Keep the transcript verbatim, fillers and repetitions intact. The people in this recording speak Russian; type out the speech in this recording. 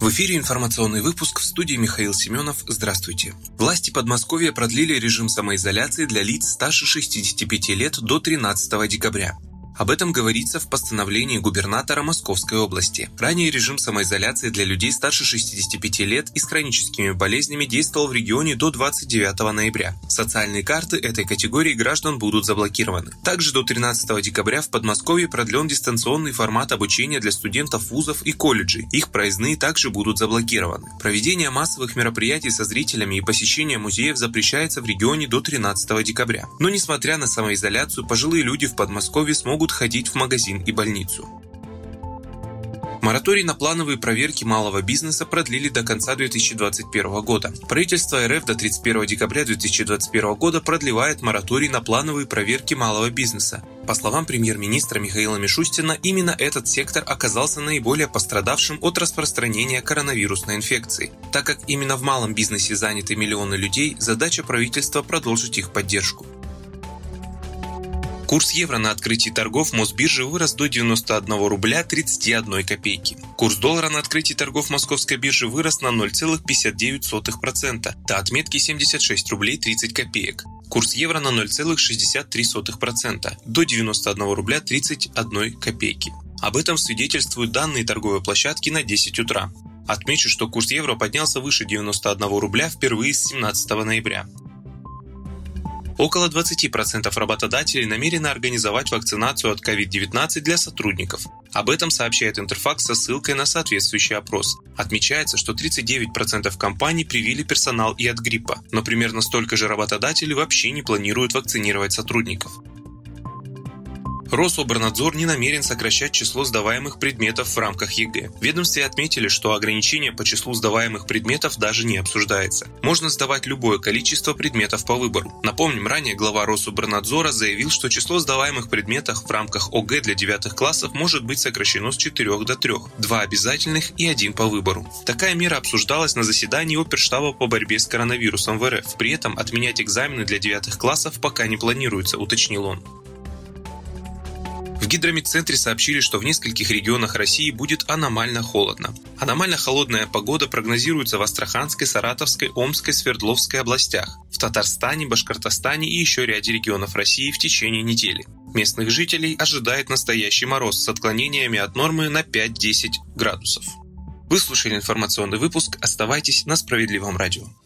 В эфире информационный выпуск, в студии Михаил Семенов. Здравствуйте. Власти Подмосковья продлили режим самоизоляции для лиц старше шестидесяти пяти лет до тринадцатого декабря. Об этом говорится в постановлении губернатора Московской области. Ранее режим самоизоляции для людей старше шестидесяти пяти лет и с хроническими болезнями действовал в регионе до двадцать девятого ноября. Социальные карты этой категории граждан будут заблокированы. Также до тринадцатого декабря в Подмосковье продлен дистанционный формат обучения для студентов вузов и колледжей. Их проездные также будут заблокированы. Проведение массовых мероприятий со зрителями и посещение музеев запрещается в регионе до тринадцатого декабря. Но несмотря на самоизоляцию, пожилые люди в Подмосковье смогут ходить в магазин и больницу. Мораторий на плановые проверки малого бизнеса продлили до конца две тысячи двадцать первого года. Правительство РФ до тридцать первого декабря две тысячи двадцать первого года продлевает мораторий на плановые проверки малого бизнеса. По словам премьер-министра Михаила Мишустина, именно этот сектор оказался наиболее пострадавшим от распространения коронавирусной инфекции. Так как именно в малом бизнесе заняты миллионы людей, задача правительства продолжить их поддержку. Курс евро на открытии торгов Мосбиржи вырос до девяноста одного рубля тридцати одной копейки. Курс доллара на открытии торгов Московской биржи вырос на ноль целых пятьдесят девять сотых процента до отметки семьдесят шесть рублей тридцать копеек. Курс евро на ноль целых шестьдесят три сотых процента до девяноста одного рубля тридцать одной копейки. Об этом свидетельствуют данные торговой площадки на десять утра. Отмечу, что курс евро поднялся выше девяноста одного рубля впервые с семнадцатого ноября. Около двадцати процентов работодателей намерены организовать вакцинацию от ковид девятнадцать для сотрудников. Об этом сообщает Интерфакс со ссылкой на соответствующий опрос. Отмечается, что тридцать девять процентов компаний привили персонал и от гриппа, но примерно столько же работодателей вообще не планируют вакцинировать сотрудников. Рособорнадзор не намерен сокращать число сдаваемых предметов в рамках ЕГЭ. В ведомстве отметили, что ограничение по числу сдаваемых предметов даже не обсуждается. Можно сдавать любое количество предметов по выбору. Напомним, ранее глава Рособорнадзора заявил, что число сдаваемых предметов в рамках ОГЭ для девятых классов может быть сокращено с четырёх до трёх. Два обязательных и один по выбору. Такая мера обсуждалась на заседании Оперштаба по борьбе с коронавирусом в РФ. При этом отменять экзамены для девятых классов пока не планируется, уточнил он. В Гидрометцентре сообщили, что в нескольких регионах России будет аномально холодно. Аномально холодная погода прогнозируется в Астраханской, Саратовской, Омской, Свердловской областях, в Татарстане, Башкортостане и еще ряде регионов России в течение недели. Местных жителей ожидает настоящий мороз с отклонениями от нормы на пять-десять градусов. Вы слушали информационный выпуск. Оставайтесь на Справедливом радио.